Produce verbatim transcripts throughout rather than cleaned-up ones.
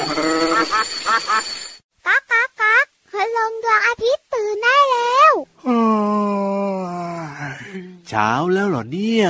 ก๊ากก๊ากก๊ากคืนลงดวงอาทิตย์ตื่นได้แล้วเช้าแล้วเหรอเนี่ย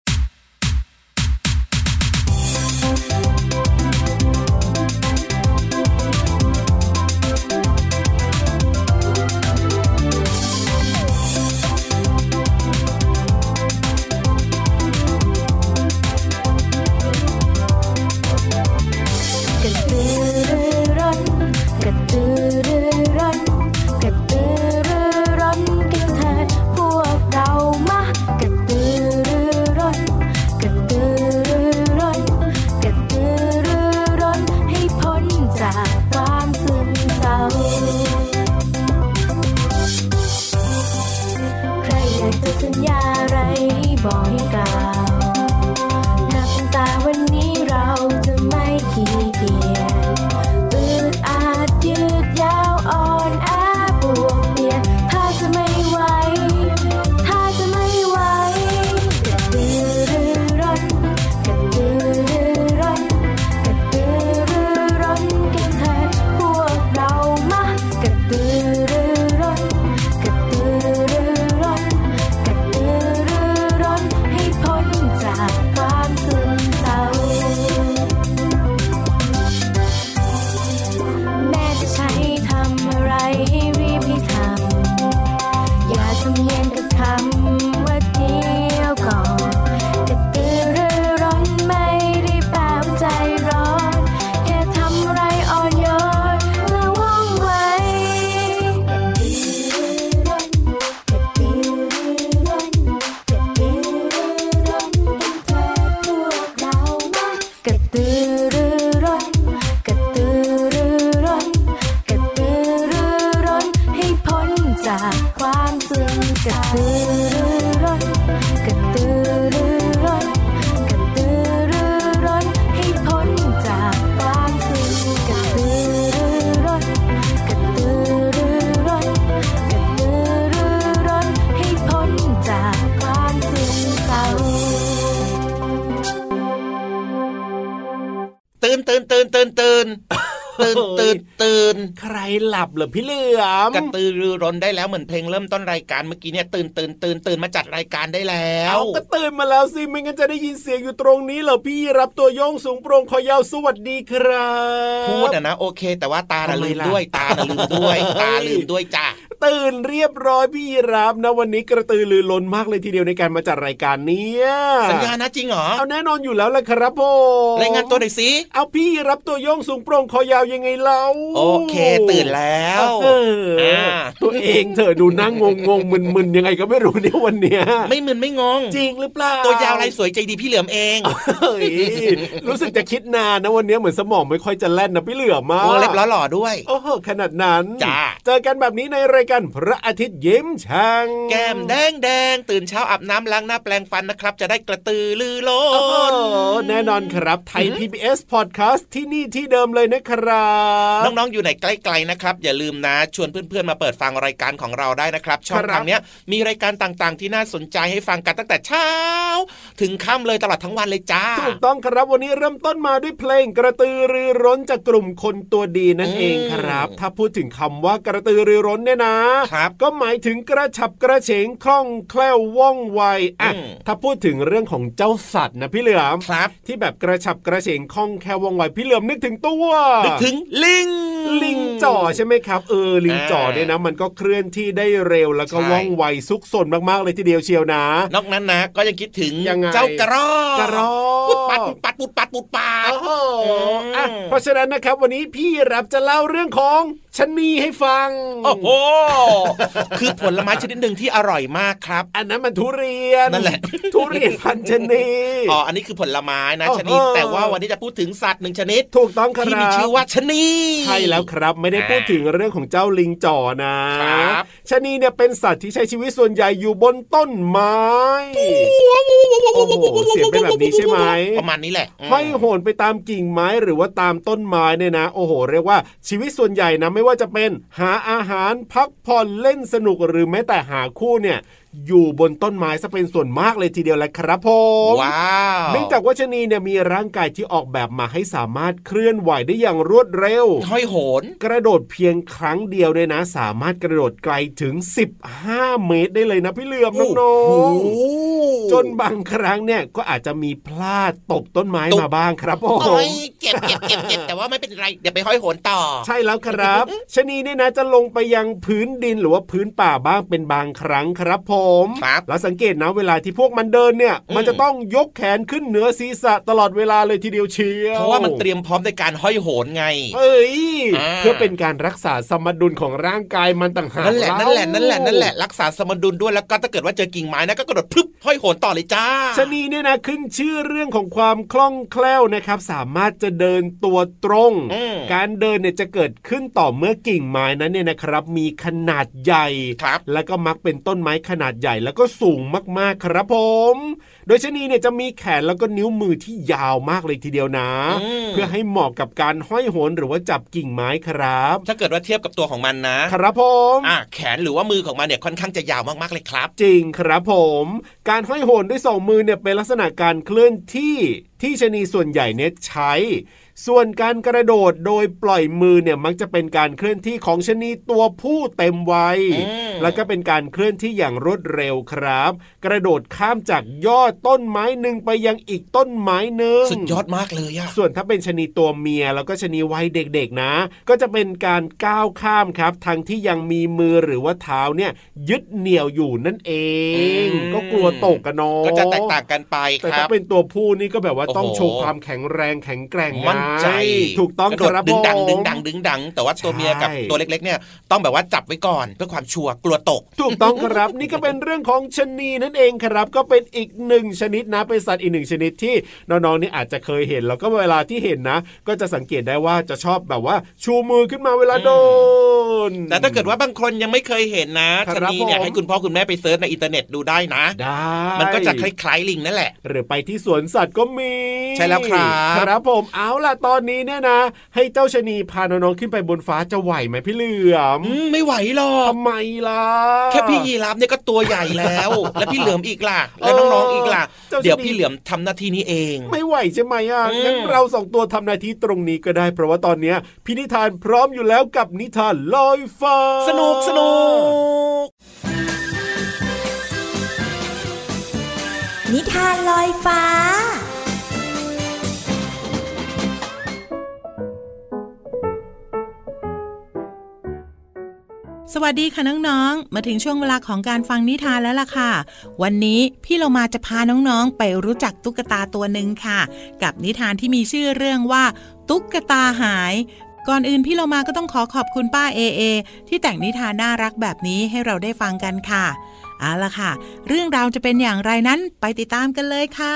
บอกให้กล่าวนับตั้งแต่วันนี้เราจะไม่ขี้เกียจอืดอาดยืดยาวอ่อนแอปวดเปียกถ้าจะไม่ไหวถ้าจะไม่ไหวกระตือรือร้นกระตือรือร้นกระตือรือร้นกันเถิดพวกเรามากระตือรือร้นกระตือรือร้นกระตือให้พ้นจากความซึมเศร้าแม่จะใช้ทำอะไรให้รีบให้ทำอย่าทำเย็นกับคำว่าเดียวก่อนกระตือรือร้นไม่ได้แปลว่าใจร้อนแค่ทำอะไรอ่อนโยนและว่องไวกระตือรือร้นกระตือรือร้นกระตือรือร้นกระตือรือร้นกระตือรือร้นให้พ้นจากความซึมกระตือรือร้นกระตือรือร้นกระตือรือร้นให้พ้นจากความซึมกระตือรือร้นกระตือรือร้นกระตือรือร้นให้พ้นจากความซึมเศร้าตื่นตื่นตื่นตื่นตื่นตื่นตื่นตื่นใครหลับเหรอพี่เหลือมกระตือรือร้นได้แล้วเหมือนเพลงเริ่มต้นรายการเมื่อกี้เนี่ยตื่นตื่นตื่นตื่นมาจัดรายการได้แล้วเอาก็ตื่นมาแล้วสิไม่งั้นจะได้ยินเสียงอยู่ตรงนี้เหรอพี่รับตัวโยงสูงโปร่งคอยาวสวัสดีครับพูดอะนะโอเคแต่ว่าตาลืมด้วยตาลืมด้วยตาลืมด้วยจ้าตื่นเรียบร้อยพี่รับนะวันนี้กระตือรือร้นมากเลยทีเดียวในการมาจัดรายการนี้สัญญานะจริงเหรอเอาแน่นอนอยู่แล้วแหละครับผมรายงานตัวหน่อยสิเอาพี่รับตัวโยงสูงโปร่งคอยาวยังไงเล่าโอเคตื่นแล้วตัวเองเธอดูนั่งงงงมึนๆยังไงก็ไม่รู้เนี่ยวันเนี้ยไม่มึนไม่งงจริงหรือเปล่าตัวยาวไรสวยใจดีพี่เหลือมเองรู้สึกจะคิดนานนะวันนี้เหมือนสมองไม่ค่อยจะแล่นนะพี่เหลือมมากวงเล็บล้อหล่อด้วยโอ้โหขนาดนั้นจ้าเจอกันแบบนี้ในรายการพระอาทิตย์ยิ้มช่างแก้มแดงแดงตื่นเช้าอาบน้ำล้างหน้าแปรงฟันนะครับจะได้กระตือรือร้นแน่นอนครับไทย พี บี เอส Podcast ที่นี่ที่เดิมเลยนะครับน้องๆอยู่ไหนใกล้ๆนะครับอย่าลืมนะชวนเพื่อนๆมาเปิดฟังรายการของเราได้นะครับช่องทางเนี้ยมีรายการต่างๆที่น่าสนใจให้ฟังกันตั้งแต่เช้าถึงค่ำเลยตลอดทั้งวันเลยจ้าถูกต้องครับวันนี้เริ่มต้นมาด้วยเพลงกระตือรือร้นจากกลุ่มคนตัวดีนั่นเองครับถ้าพูดถึงคำว่ากระตือรือร้นเนี่ยนะครับก็หมายถึงกระฉับกระเฉงคล่องแคล่วว่องไวอ่ะถ้าพูดถึงเรื่องของเจ้าสัตว์นะพี่เหลือมที่แบบกระฉับกระเฉงคล่องแคล่วว่องไวพี่เหลือมนึกถึงตัวนึกถึงลิงลิงจ่อใช่ไหมครับเออลิงจ่อเนี่ยนะมันก็เคลื่อนที่ได้เร็วแล้วก็ว่องไวซุกซนมากๆเลยทีเดียวเชียวนะนอกนั้นนะก็ยังคิดถึงเจ้ากระรอกกระรอกปุดปัดปุดปัดปุดปัดปุดปัดโอ้โหอ่ะเพราะฉะนั้นนะครับวันนี้พี่รับจะเล่าเรื่องของชะนีให้ฟังโอ้โหคือผลไม้ชนิดหนึ่งที่อร่อยมากครับอันนั้นมันทุเรียนนั่นแหละทุเรียนพันชะนีอ๋ออันนี้คือผลไม้นะชนิดแต่ว่าวันนี้จะพูดถึงสัตว์หนึ่งชนิดถูกต้องครับที่มีชื่อว่าชะนีใช่แล้วครับไม่ได้พูดถึงเรื่องของเจ้าลิงจ่อนะครับชะนีเนี่ยเป็นสัตว์ที่ใช้ชีวิตส่วนใหญ่อยู่บนต้นไม้โอ้โหเสียงเป็นแบบนี้ใช่ไหมประมาณนี้แหละห้อยโหนไปตามกิ่งไม้หรือว่าตามต้นไม้เนี่ยนะโอ้โหเรียกว่าชีวิตส่วนใหญ่นะไม่ว่าจะเป็นหาอาหารพักผ่อนเล่นสนุกหรือแม้แต่หาคู่เนี่ยอยู่บนต้นไม้ซะเป็นส่วนมากเลยทีเดียวแหละครับผมว้าวเนื่องจากว่าชะนีเนี่ยมีร่างกายที่ออกแบบมาให้สามารถเคลื่อนไหวได้อย่างรวดเร็วห้อยโหนกระโดดเพียงครั้งเดียวเนี่ยนะสามารถกระโดดไกลถึงสิบห้าเมตรได้เลยนะพี่เหลือมน้องๆจนบางครั้งเนี่ยก็อาจจะมีพลาดตกต้นไม้มาบ้างครับผมโอ้ยเจ็บเจ็บเจ็บเจ็บแต่ว่าไม่เป็นไรเดี๋ยวไปห้อยโหนต่อใช่แล้วครับชะนีเนี่ยนะจะลงไปยังพื้นดินหรือว่าพื้นป่าบ้างเป็นบางครั้งครับผมแล้วสังเกตนะเวลาที่พวกมันเดินเนี่ยมันจะต้องยกแขนขึ้นเหนือศีรษะตลอดเวลาเลยทีเดียวเชียวเพราะว่ามันเตรียมพร้อมในการห้อยโหนไงเอ้ยเพื่อเป็นการรักษาสมดุลของร่างกายมันต่างหากนั่นแหละนั่นแหละนั่นแหละนั่นแหละรักษาสมดุลด้วยแล้วก็ถ้าเกิดว่าเจอกิ่งไม้นะก็กระโดดพึบห้อยโหนต่อเลยจ้าชะนีเนี่ยนะขึ้นชื่อเรื่องของความคล่องแคล่วนะครับสามารถจะเดินตัวตรงการเดินเนี่ยจะเกิดขึ้นต่อเมื่อกิ่งไม้นั้นเนี่ยนะครับมีขนาดใหญ่แล้วก็มักเป็นต้นไม้ขนาดใหญ่แล้วก็สูงมากๆครับผมโดยชะนีเนี่ยจะมีแขนแล้วก็นิ้วมือที่ยาวมากเลยทีเดียวนะเพื่อให้เหมาะกับการห้อยโหนหรือว่าจับกิ่งไม้ครับถ้าเกิดว่าเทียบกับตัวของมันนะครับผมอ่ะแขนหรือว่ามือของมันเนี่ยค่อนข้างจะยาวมากๆเลยครับจริงครับผมการห้อยโหนด้วยสองมือเนี่ยเป็นลักษณะการเคลื่อนที่ที่ชะนีส่วนใหญ่เนี่ยใช้ส่วนการกระโดดโดยปล่อยมือเนี่ยมักจะเป็นการเคลื่อนที่ของชะนีตัวผู้เต็มวัยแล้วก็เป็นการเคลื่อนที่อย่างรวดเร็วครับกระโดดข้ามจากยอดต้นไม้หนึ่งไปยังอีกต้นไม้หนึ่งสุดยอดมากเลยอะส่วนถ้าเป็นชะนีตัวเมียแล้วก็ชะนีวัยเด็กๆนะก็จะเป็นการก้าวข้ามครับทั้งที่ยังมีมือหรือว่าเท้าเนี่ยยึดเหนี่ยวอยู่นั่นเองก็กลัวตกกันเนาะก็จะแตกต่างกันไปครับแต่ถ้าเป็นตัวผู้นี่ก็แบบว่าต้องโชว์ความแข็งแรงแข็งแกร่งมั่นใจถูกต้องครับดึงดังดึงดังดึงดังแต่ว่าตัวเมียกับตัวเล็กๆเนี่ยต้องแบบว่าจับไว้ก่อนเพื่อความชัวร์กลัวตกถูกต้องครับ นี่ก็เป็นเรื่องของชะนีนั่นเองครับก็เป็นอีกหนึ่งชนิดนะเป็นสัตว์อีกหนึ่งชนิดที่น้องๆนี่อาจจะเคยเห็นแล้วก็เวลาที่เห็นนะก็จะสังเกตได้ว่าจะชอบแบบว่าชูมือขึ้นมาเวลาโดนแต่ถ้าเกิดว่าบางคนยังไม่เคยเห็นนะชะนีเนี่ยให้คุณพ่อคุณแม่ไปเซิร์ชในอินเทอร์เน็ตดูได้นะได้มันก็จะคล้ายๆลิงนั่นแหละหรือไปที่สวนสัตว์ก็มีใช่แล้วครับครับผมเอาล่ะตอนนี้เนี่ยนะให้เจ้าชะนีพาน้องๆขึ้นไปบนฟ้าจะไหวไหมพี่เหลือมไม่ไหวหรอกทำไมล่ะแค่พี่ยีราฟเนี่ยก็ตัวใหญ่แล้วแล้วพี่เหลือมอีกล่ะแล้วน้องๆอีกล่ะเดี๋ยวพี่เหลือมทำหน้าที่นี้เองไม่ไหวใช่ไหมอ่ะงั้นเราสองตัวทำหน้าที่ตรงนี้ก็ได้เพราะว่าตอนนี้พี่นิทานพร้อมอยู่แล้วกับนิทานลอยฟ้าสนุกสนุกนิทานลอยฟ้าสวัสดีค่ะน้องๆมาถึงช่วงเวลาของการฟังนิทานแล้วล่ะค่ะวันนี้พี่เรามาจะพาน้องๆไปรู้จักตุ๊กตาตัวหนึ่งค่ะกับนิทานที่มีชื่อเรื่องว่าตุ๊กตาหายก่อนอื่นพี่เรามาก็ต้องขอขอบคุณป้าเอเอที่แต่งนิทานน่ารักแบบนี้ให้เราได้ฟังกันค่ะเอาล่ะค่ะเรื่องราวจะเป็นอย่างไรนั้นไปติดตามกันเลยค่ะ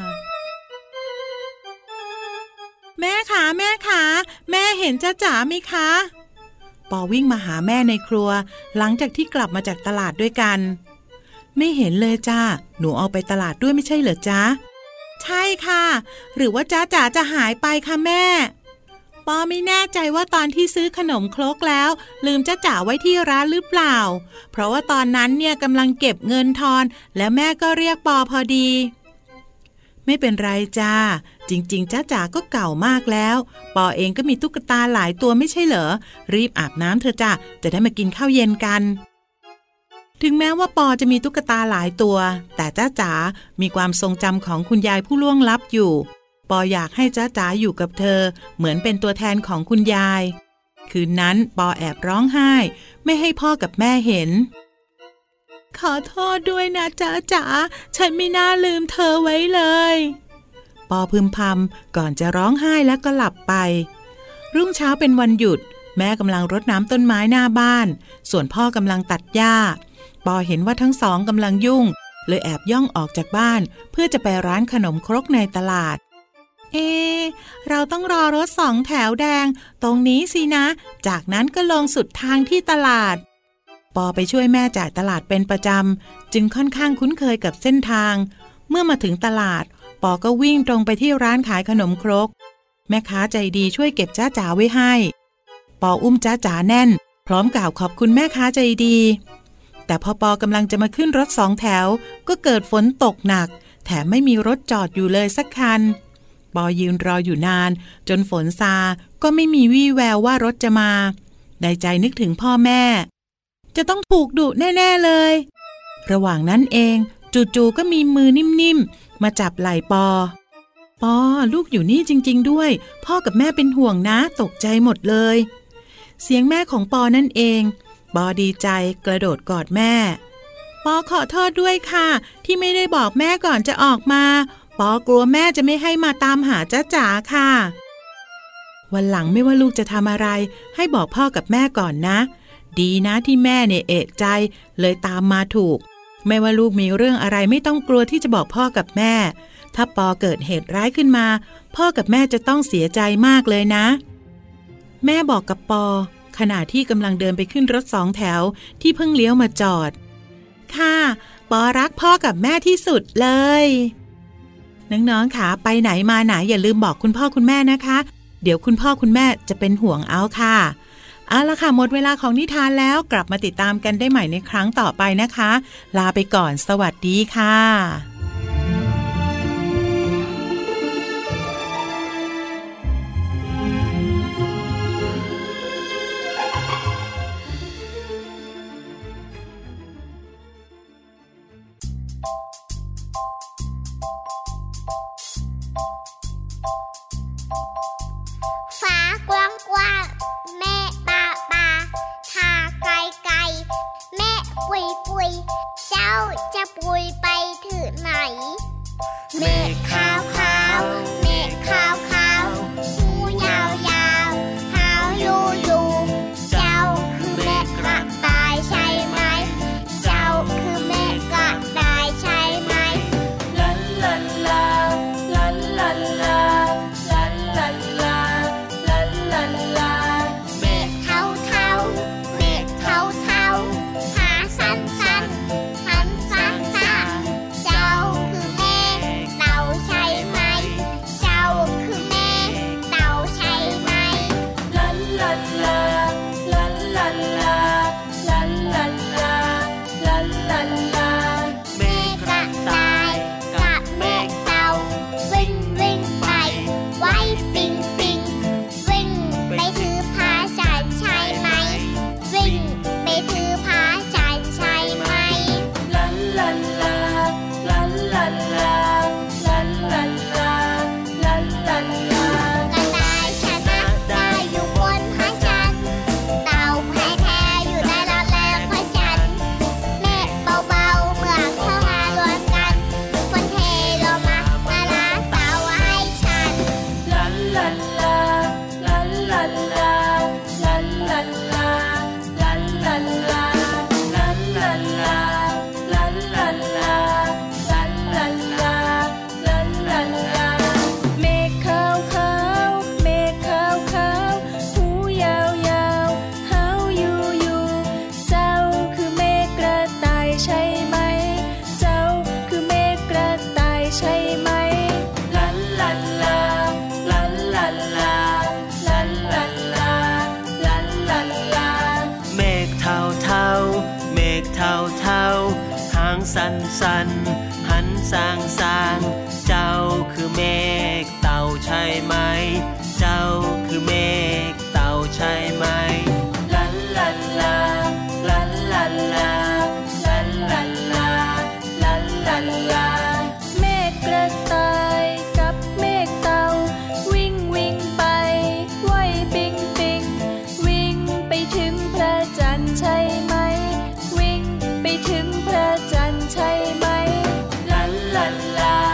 แม่ขาแม่ขาแม่เห็นจ๊ะจ๋าไหมคะปอวิ่งมาหาแม่ในครัวหลังจากที่กลับมาจากตลาดด้วยกันไม่เห็นเลยจ้าหนูเอาไปตลาดด้วยไม่ใช่เหรอจ๊ะใช่ค่ะหรือว่าจ๊ะจ๋าจะหายไปคะแม่ปอไม่แน่ใจว่าตอนที่ซื้อขนมครกแล้วลืมจ๊ะจ๋าไว้ที่ร้านหรือเปล่าเพราะว่าตอนนั้นเนี่ยกำลังเก็บเงินทอนแล้วแม่ก็เรียกปอพอดีไม่เป็นไรจ้าจริงๆจ้าจ๋าก็เก่ามากแล้วปอเองก็มีตุ๊กตาหลายตัวไม่ใช่เหรอรีบอาบน้ำเถอะจ้าจะได้มากินข้าวเย็นกันถึงแม้ว่าปอจะมีตุ๊กตาหลายตัวแต่จ้าจ๋ามีความทรงจำของคุณยายผู้ล่วงลับอยู่ปออยากให้จ้าจ๋าอยู่กับเธอเหมือนเป็นตัวแทนของคุณยายคืนนั้นปอแอบร้องไห้ไม่ให้พ่อกับแม่เห็นขอโทษด้วยนะจ๊ะจ๋าฉันไม่น่าลืมเธอไว้เลยปอพึมพำก่อนจะร้องไห้แล้วก็หลับไปรุ่งเช้าเป็นวันหยุดแม่กำลังรดน้ำต้นไม้หน้าบ้านส่วนพ่อกำลังตัดหญ้าปอเห็นว่าทั้งสองกำลังยุ่งเลยแอบย่องออกจากบ้านเพื่อจะไปร้านขนมครกในตลาดเอเราต้องรอรถสองแถวแดงตรงนี้สินะจากนั้นก็ลงสุดทางที่ตลาดปอไปช่วยแม่จ่ายตลาดเป็นประจำจึงค่อนข้างคุ้นเคยกับเส้นทางเมื่อมาถึงตลาดปอก็วิ่งตรงไปที่ร้านขายขนมครกแม่ค้าใจดีช่วยเก็บจ้าจ๋าไว้ให้ปออุ้มจ้าจ๋าแน่นพร้อมกล่าวขอบคุณแม่ค้าใจดีแต่พอปอกำลังจะมาขึ้นรถสองแถวก็เกิดฝนตกหนักแถมไม่มีรถจอดอยู่เลยสักคันปอยืนรออยู่นานจนฝนซาก็ไม่มีวี่แววว่ารถจะมาในใจนึกถึงพ่อแม่จะต้องถูกดุแน่ๆเลยระหว่างนั้นเองจู่ๆก็มีมือนิ่มๆมาจับไหล่ปอปอลูกอยู่นี่จริงๆด้วยพ่อกับแม่เป็นห่วงนะตกใจหมดเลยเสียงแม่ของปอนั่นเองปอดีใจกระโดดกอดแม่ปอขอโทษด้วยค่ะที่ไม่ได้บอกแม่ก่อนจะออกมาปอกลัวแม่จะไม่ให้มาตามหาจ๊ะจ๋าค่ะวันหลังไม่ว่าลูกจะทำอะไรให้บอกพ่อกับแม่ก่อนนะดีนะที่แม่เนี่ยเอะใจเลยตามมาถูกไม่ว่าลูกมีเรื่องอะไรไม่ต้องกลัวที่จะบอกพ่อกับแม่ถ้าปอเกิดเหตุร้ายขึ้นมาพ่อกับแม่จะต้องเสียใจมากเลยนะแม่บอกกับปอขณะที่กำลังเดินไปขึ้นรถสองแถวที่เพิ่งเลี้ยวมาจอดค่ะปอรักพ่อกับแม่ที่สุดเลยน้องๆค่ะไปไหนมาไหนอย่าลืมบอกคุณพ่อคุณแม่นะคะเดี๋ยวคุณพ่อคุณแม่จะเป็นห่วงเอาค่ะเอาล่ะค่ะหมดเวลาของนิทานแล้วกลับมาติดตามกันได้ใหม่ในครั้งต่อไปนะคะลาไปก่อนสวัสดีค่ะฟ้ากว้างกว้างแม่ปาปาทาไกลไกลแม่ปุยปุยเจ้าจะปุยไปถึงไหนเมฆขาวขาวเมฆขาวขาวหูยาวยาวหาวยูยูเจ้าคือแม่กระต่ายใช่ไหมเจ้าคือแม่กระต่ายใช่ไหมลันลันลาลันลันลาลันลันลาลันลันลาเมฆเทาเทาเมฆเทาเทาหาสั้นสั้นหันซ่าซ่าเจ้าคือแม่เต่าใช่ไหมเจ้าคือแม่เต่าใช่ไหมลันลันลาลันลันลาลันลันลาลันลันลาเมฆกระต่ายกับเมฆเต่าวิ่งวิ่งไปไว้ปิงปิงวิ่งไปถือพาฉันใช่ไหมวิ่งไปถือพาฉันใช่ไหมลันลันลาลันลันลาลันลันลาลันลันลากระต่ายชนะได้อยู่บนหางจันทร์เต่าแพ้แท้อยู่ในละแลพระจันทร์เมฆเบาๆเมื่อเข้ามารวมกันฝนเทลงมามาลาเต่าให้ฉันลันลันลาลันลันลาลันลันลาลันลันลาลันลันลาลันลันลาลันลันลาลันลันลาเมฆขาวขาวเมฆขาวขาวหูยาวยาวหาวยูยูเจ้าคือเมฆกระต่ายใช่ไหมเจ้าคือเมฆกระต่ายใช่ไหมลันลันลาลันลันลาลันลันลาลันลันลาเมฆเทาเทาเมฆเทาเทาหางสันสันหันสางสางเจ้าคือเมฆเต่าใช่ไหมเจ้าคือเมฆเต่าใช่ไหมลันลันลาลันลันลาลันลันลาลันลันลาเมฆกระต่ายกับเมฆเต่าวิ่งวิ่งไปไว้ปิงปิงวิ่งไปถึงพระจันทร์ใช่ไหมวิ่งไปถึงพระจันทร์ใช่ไหมลันลันลา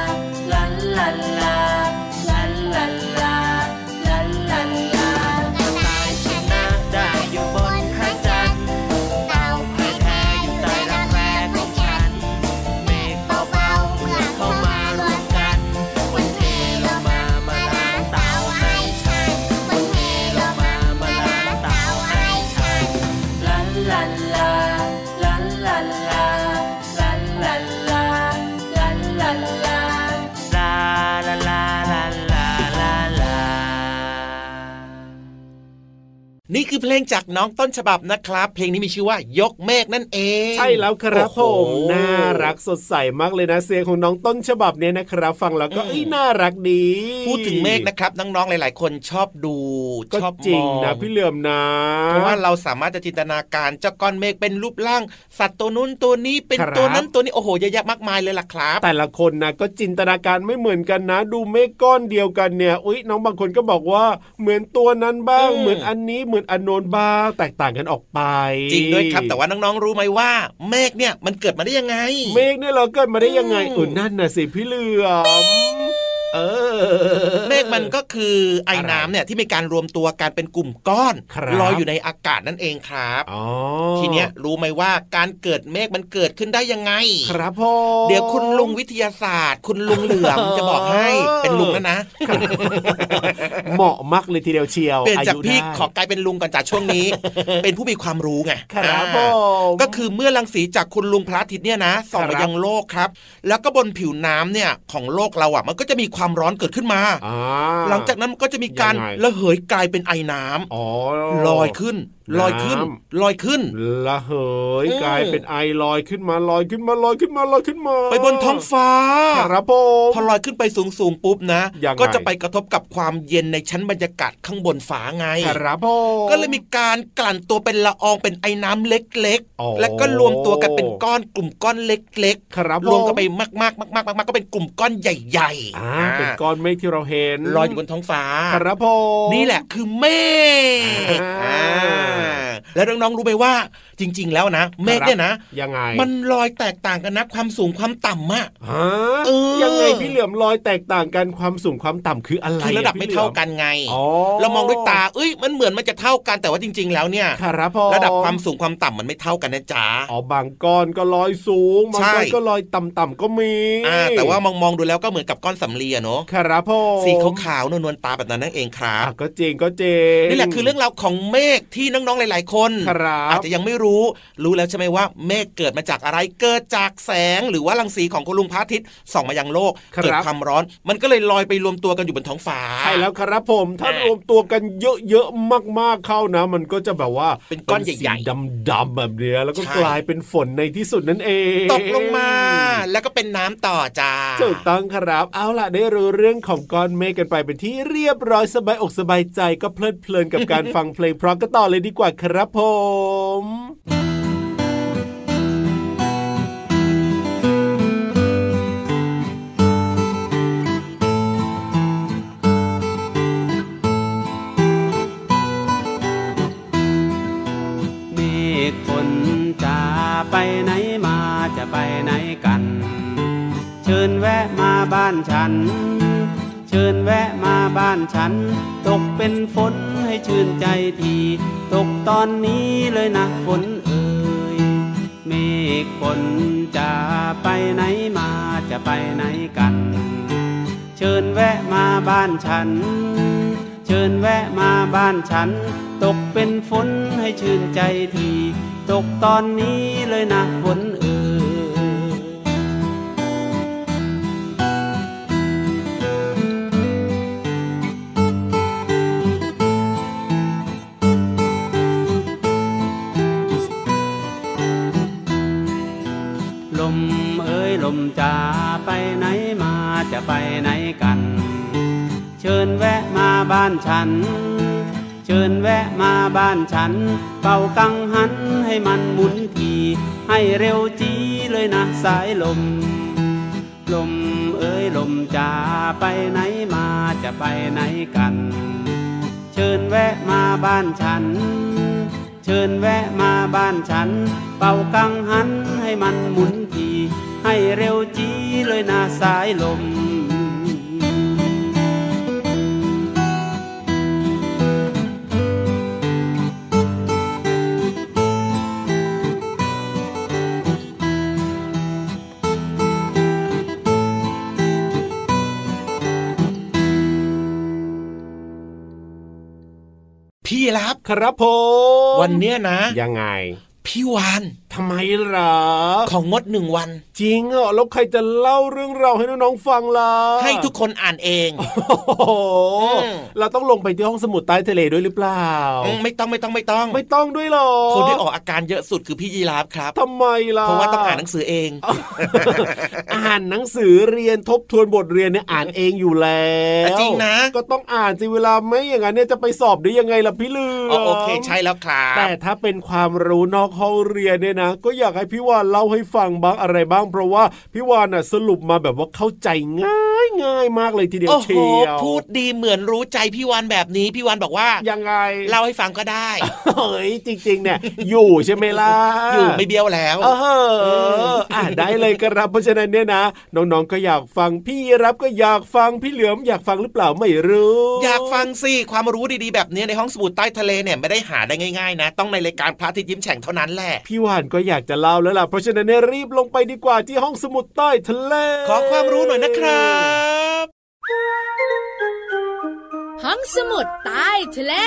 นี่คือเพลงจากน้องต้นฉบับนะครับเพลงนี้มีชื่อว่ายกเมฆนั่นเองใช่แล้วครับผมน่ารักสดใสมากเลยนะเสียงของน้องต้นฉบับเนี่ยนะครับฟังแล้วก็น่ารักดีพูดถึงเมฆนะครับน้องๆหลายๆคนชอบดูชอบจริงนะพี่เหลื่อมนะเพราะว่าเราสามารถจะจินตนาการเจ้าก้อนเมฆเป็นรูปร่างสัตว์ตัวนู้นตัวนี้เป็นตัวนั้นตัวนี้โอ้โหเยอะแยะมากมายเลยล่ะครับแต่ละคนนะก็จินตนาการไม่เหมือนกันนะดูเมฆก้อนเดียวกันเนี่ยอุ๊ยน้องบางคนก็บอกว่าเหมือนตัวนั้นบ้างเหมือนอันนี้เหมือนอันโน้นบ้างแตกต่างกันออกไปจริงด้วยครับแต่ว่าน้องๆรู้ไหมว่าเมฆเนี่ยมันเกิดมาได้ยังไงเมฆเนี่ยเราเกิดมาได้ยังไงเออนั่นน่ะสิพี่เหลือมเออเมฆมันก็คือไอ้น้ำเนี่ยที่มีการรวมตัวกันเป็นกลุ่มก้อนลอยอยู่ในอากาศนั่นเองครับทีเนี้ยรู้ไหมว่าการเกิดเมฆมันเกิดขึ้นได้ยังไงครับพ่อเดี๋ยวคุณลุงวิทยาศาสตร์คุณลุงเหลือมจะบอกให้เป็นลุงแล้วนะเหมาะมากเลยทีเดียวเชียวเปลี่ยนจากพี่ขอกลายเป็นลุงก่อนจากช่วงนี้เป็นผู้มีความรู้ไงครับพ่อก็คือเมื่อรังสีจากคุณลุงพระอาทิตย์เนี่ยนะส่องมายังโลกครับแล้วก็บนผิวน้ำเนี่ยของโลกเราอ่ะมันก็จะมีความร้อนเกิดขึ้นมาหลังจากนั้นมันก็จะมีการระเหยกลายเป็นไอน้ำลอยขึ้นลอยขึ้นลอยขึ้นระเหยกลายเป็นไอลอยขึ้นมาลอยขึ้นมาลอยขึ้นมาลอยขึ้นมาไปบนท้องฟ้าครับผมพอลอยขึ้นไปสูงสูงปุ๊บนะก็จะไปกระทบกับความเย็นในชั้นบรรยากาศข้างบนฟ้าไงครับผมก็เลยมีการกลั่นตัวเป็นละอองเป็นไอน้ำเล็กๆแล้วก็รวมตัวกันเป็นก้อนกลุ่มก้อนเล็กๆรวมกันไปมากๆมากๆมากๆก็เป็นกลุ่มก้อนใหญ่ๆเป็นก้อนเมฆที่เราเห็นลอยอยู่บนท้องฟ้าครับผมนี่แหละคือเมฆแล้วน้องๆรู้ไหมว่าจริงๆแล้วนะเมฆเนี่ยนะยังไงมันลอยแตกต่างกันนะความสูงความต่ำอะฮะยังไงพี่เหลือมลอยแตกต่างกันความสูงความต่ำคืออะไรคือระดับไม่เท่ากันไงเรามองด้วยตาเอ้ยมันเหมือนมันจะเท่ากันแต่ว่าจริงๆแล้วเนี่ยระดับความสูงความต่ำมันไม่เท่ากันนะจ๊ะอ๋อบางก้อนก็ลอยสูงบางก้อนก็ลอยต่ำๆก็มีอ่าแต่ว่ามองๆดูแล้วก็เหมือนกับก้อนสำลีอะเนาะครับพ่อสีขาวๆนวลๆตาแบบนั้นนั่นเองครับก็จริงก็จริงนี่แหละคือเรื่องราวของเมฆที่น้องๆหลายๆคนอาจจะยังไม่รู้รู้แล้วใช่ไหมว่าเมฆเกิดมาจากอะไรเกิดจากแสงหรือว่ารังสีของคุณลุงพระอาทิตย์ส่องมายังโลกเกิดความร้อนมันก็เลยลอยไปรวมตัวกันอยู่บนท้องฟ้าใช่แล้วครับผมถ้ารวมตัวกันเยอะๆมากๆเข้านะมันก็จะแบบว่าเป็นก้อนใหญ่ๆดำๆแบบนี้แล้วก็กลายเป็นฝนในที่สุดนั่นเองตกลงมาแล้วก็เป็นน้ำต่อจ้าถูกต้องครับเอาล่ะได้รู้เรื่องของก้อนเมฆกันไปเป็นที่เรียบร้อยสบายอกสบายใจก็เพลิดเพลินกับการฟังเพลงเพราะก็ต่อเลยดีกว่าครับผมไปไหนมาจะไปไหนกันเชิญแวะมาบ้านฉันเชิญแวะมาบ้านฉันตกเป็นฝนให้ชื่นใจทีตกตอนนี้เลยนะฝนเอ่ยเมฆฝนจะไปไหนมาจะไปไหนกันเชิญแวะมาบ้านฉันเชิญแวะมาบ้านฉันตกเป็นฝนให้ชื่นใจทีตกตอนนี้เลยนะฝนเอ่ยลมเอ่ยลมจะไปไหนมาจะไปไหนกันเชิญแวะมาบ้านฉันเชิญแวะมาบ้านฉันเป่ากังหันให้มันหมุนทีให้เร็วจีเลยนะสายลมลมเอ้ยลมจะไปไหนมาจะไปไหนกันเชิญแวะมาบ้านฉันเชิญแวะมาบ้านฉันเป่ากังหันให้มันหมุนทีให้เร็วจีเลยนะสายลมพี่รับครับผมวันเนี้ยนะยังไงพี่วานทำไมหรอของงดหนึ่งวันจริงเหรอแล้วใครจะเล่าเรื่องราวให้น้องๆฟังล่ะให้ทุกคนอ่านเองเราต้องลงไปที่ห้องสมุดใต้ทะเลด้วยหรือเปล่าไม่ต้องไม่ต้องไม่ต้องไม่ต้องด้วยหรอคนที่ออกอาการเยอะสุดคือพี่ยีราฟครับทำไมล่ะเพราะว่าต้องอ่านหนังสือเองอ่านหนังสือเรียนทบทวนบทเรียนเนี่ยอ่านเองอยู่แล้วจริงนะก็ต้องอ่านสิเวลาไม่อย่างนั้นเนี่ยจะไปสอบได้ยังไงล่ะพี่ลือโอเคใช่แล้วครับแต่ถ้าเป็นความรู้นอกห้องเรียนเนี่ยนะก็อยากให้พี่วานเล่าให้ฟังบ้างอะไรบ้างเพราะว่าพี่วานน่ะสรุปมาแบบว่าเข้าใจง่ายง่ายมากเลยทีเดียวเชียวพูดดีเหมือนรู้ใจพี่วานแบบนี้พี่วานบอกว่ายังไงเล่าให้ฟังก็ได้เฮ้ยจริงๆเนี่ยอยู่ใช่ไหมล่ะอยู่ไม่เบี้ยวแล้วเอออ่านได้เลยครับเพราะฉะนั้นเนี่ยนะน้องๆก็อยากฟังพี่รับก็อยากฟังพี่เหลือมอยากฟังหรือเปล่าไม่รู้อยากฟังสิความรู้ดีๆแบบนี้ในห้องสมุดใต้ทะเลเนี่ยไม่ได้หาได้ง่ายๆนะต้องในรายการพระอาทิตย์ยิ้มแฉ่งเท่านั้นแหละพี่วานก็อยากจะเล่าแล้วล่ะเพราะฉะนั้นเนี่ยรีบลงไปดีกว่าที่ห้องสมุดใต้ทะเลขอความรู้หน่อยนะครับห้องสมุดใต้ทะเล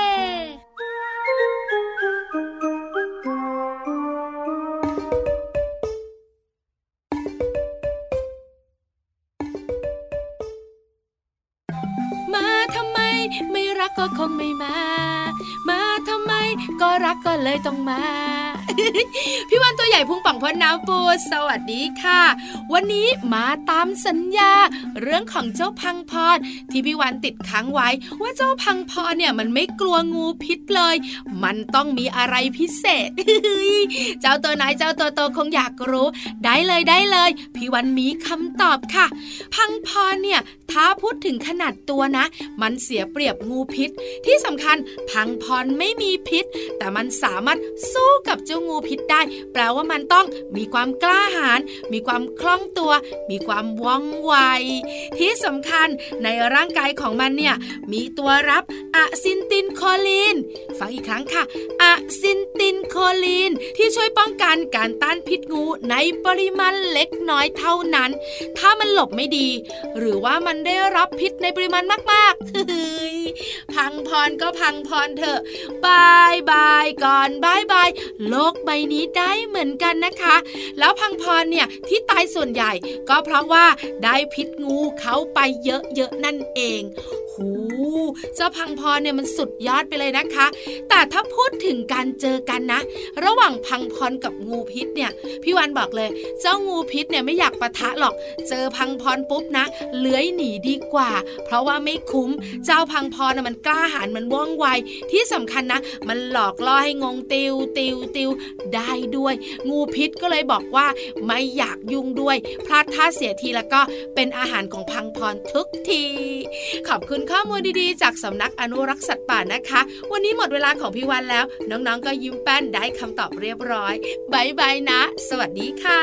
มาทำไมไม่รักก็คงไม่มามาทำไมก็รักก็เลยต้องมา พี่วันตัวใหญ่พุงป่องพ่นน้ำปูสวัสดีค่ะวันนี้มาตามสัญญาเรื่องของเจ้าพังพรที่พี่วันติดค้างไว้ว่าเจ้าพังพรเนี่ยมันไม่กลัวงูพิษเลยมันต้องมีอะไรพิเศษ เจ้าตัวไหนเจ้าตัวโตคงอยากรู้ได้เลยได้เลยพี่วันมีคำตอบค่ะพังพรเนี่ยถ้าพูดถึงขนาดตัวนะมันเสียเปรียบงูพิษที่สำคัญพังพรไม่มีพิษแต่มันสามารถสู้กับเจ้างูพิษได้แปลว่ามันต้องมีความกล้าหาญมีความคล่องตัวมีความว่องไวที่สำคัญในร่างกายของมันเนี่ยมีตัวรับอะซินตินโคลีนฟังอีกครั้งค่ะอะซินตินโคลีนที่ช่วยป้องกันการต้านพิษงูในปริมาณเล็กน้อยเท่านั้นถ้ามันหลบไม่ดีหรือว่ามันได้รับพิษในปริมาณมากๆ พังพรก็พังพรเถอะบายบายก่อนบายบายโลกใบนี้ได้เหมือนกันนะคะแล้วพังพรเนี่ยที่ตายส่วนใหญ่ก็เพราะว่าได้พิษงูเข้าไปเยอะๆนั่นเองหูเจ้าพังพรเนี่ยมันสุดยอดไปเลยนะคะแต่ถ้าพูดถึงการเจอกันนะระหว่างพังพรกับงูพิษเนี่ยพี่วันบอกเลยเจ้างูพิษเนี่ยไม่อยากปะทะหรอกเจอพังพรปุ๊บนะเลื้อยหนีดีกว่าเพราะว่าไม่คุ้มเจ้าพังพรน่ะมันกล้าหาญมันว่องไวที่สำคัญนะมันหลอกล่อให้งงติวติวติวได้ด้วยงูพิษก็เลยบอกว่าไม่อยากยุ่งด้วยพลาดท่าเสียทีแล้วก็เป็นอาหารของพังพรทุกทีขอบคุณข้อมูลดีๆจากสำนักอนุรักษ์สัตว์ป่านะคะวันนี้หมดเวลาของพี่วันแล้วน้องๆก็ยิ้มแป้นได้คำตอบเรียบร้อยบ๊ายบายนะสวัสดีค่ะ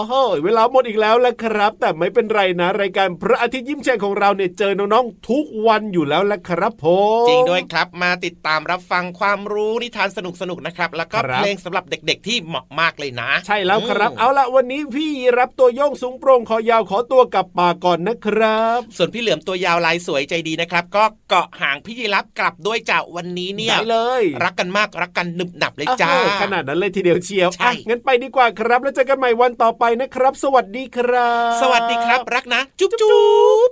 โหเวลาหมดอีกแล้วละครับแต่ไม่เป็นไรนะรายการพระอาทิตย์ยิ้มแฉ่งของเราเนี่ยเจอน้องๆทุกวันอยู่แล้วละครับผมจริงด้วยครับมาติดตามรับฟังความรู้นิทานสนุกๆนะครับแล้วก็เพลงสำหรับเด็กๆที่เหมาะมากเลยนะใช่แล้วครับเอาละวันนี้พี่รับตัวโยงสูงโปร่งคอยาวขอตัวกลับป่าก่อนนะครับส่วนพี่เหลือมตัวยาวลายสวยใจดีนะครับก็เกาะหางพี่ยีรับกลับด้วยจ้าวันนี้เนี่ยได้เลยรักกันมากรักกันหนึบหนับเลยจ้าขนาดนั้นเลยทีเดียวเชียวอ่ะงั้นไปดีกว่าครับแล้วเจอกันใหม่วันต่อไปนะครับสวัสดีครับสวัสดีครับรักนะจุ๊บจุ๊บ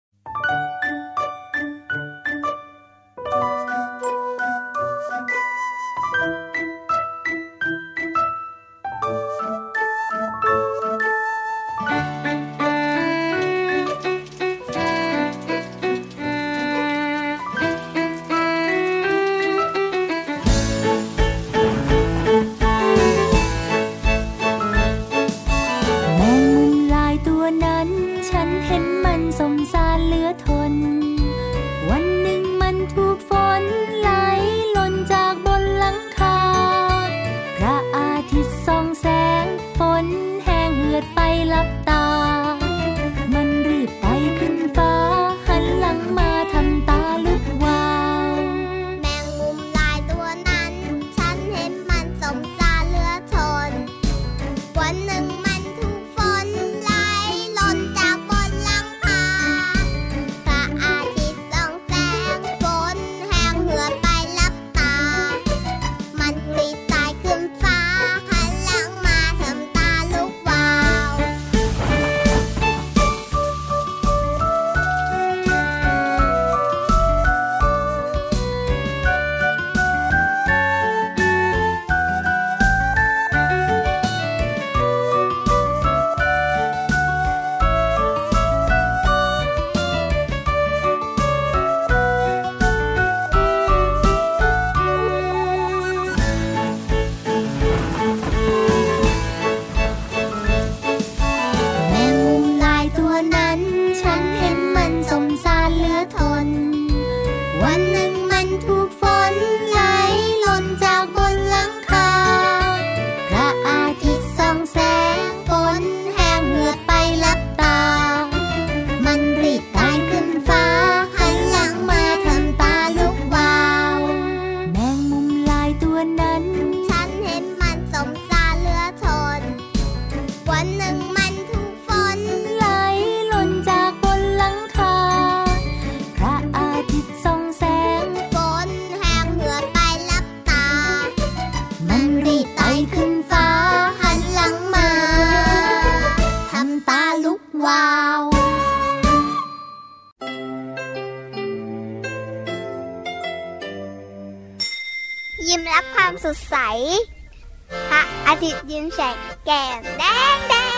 ยิ้มรับความสดใสพระอาทิตย์ยิ้มแฉกแก้มแดงแดง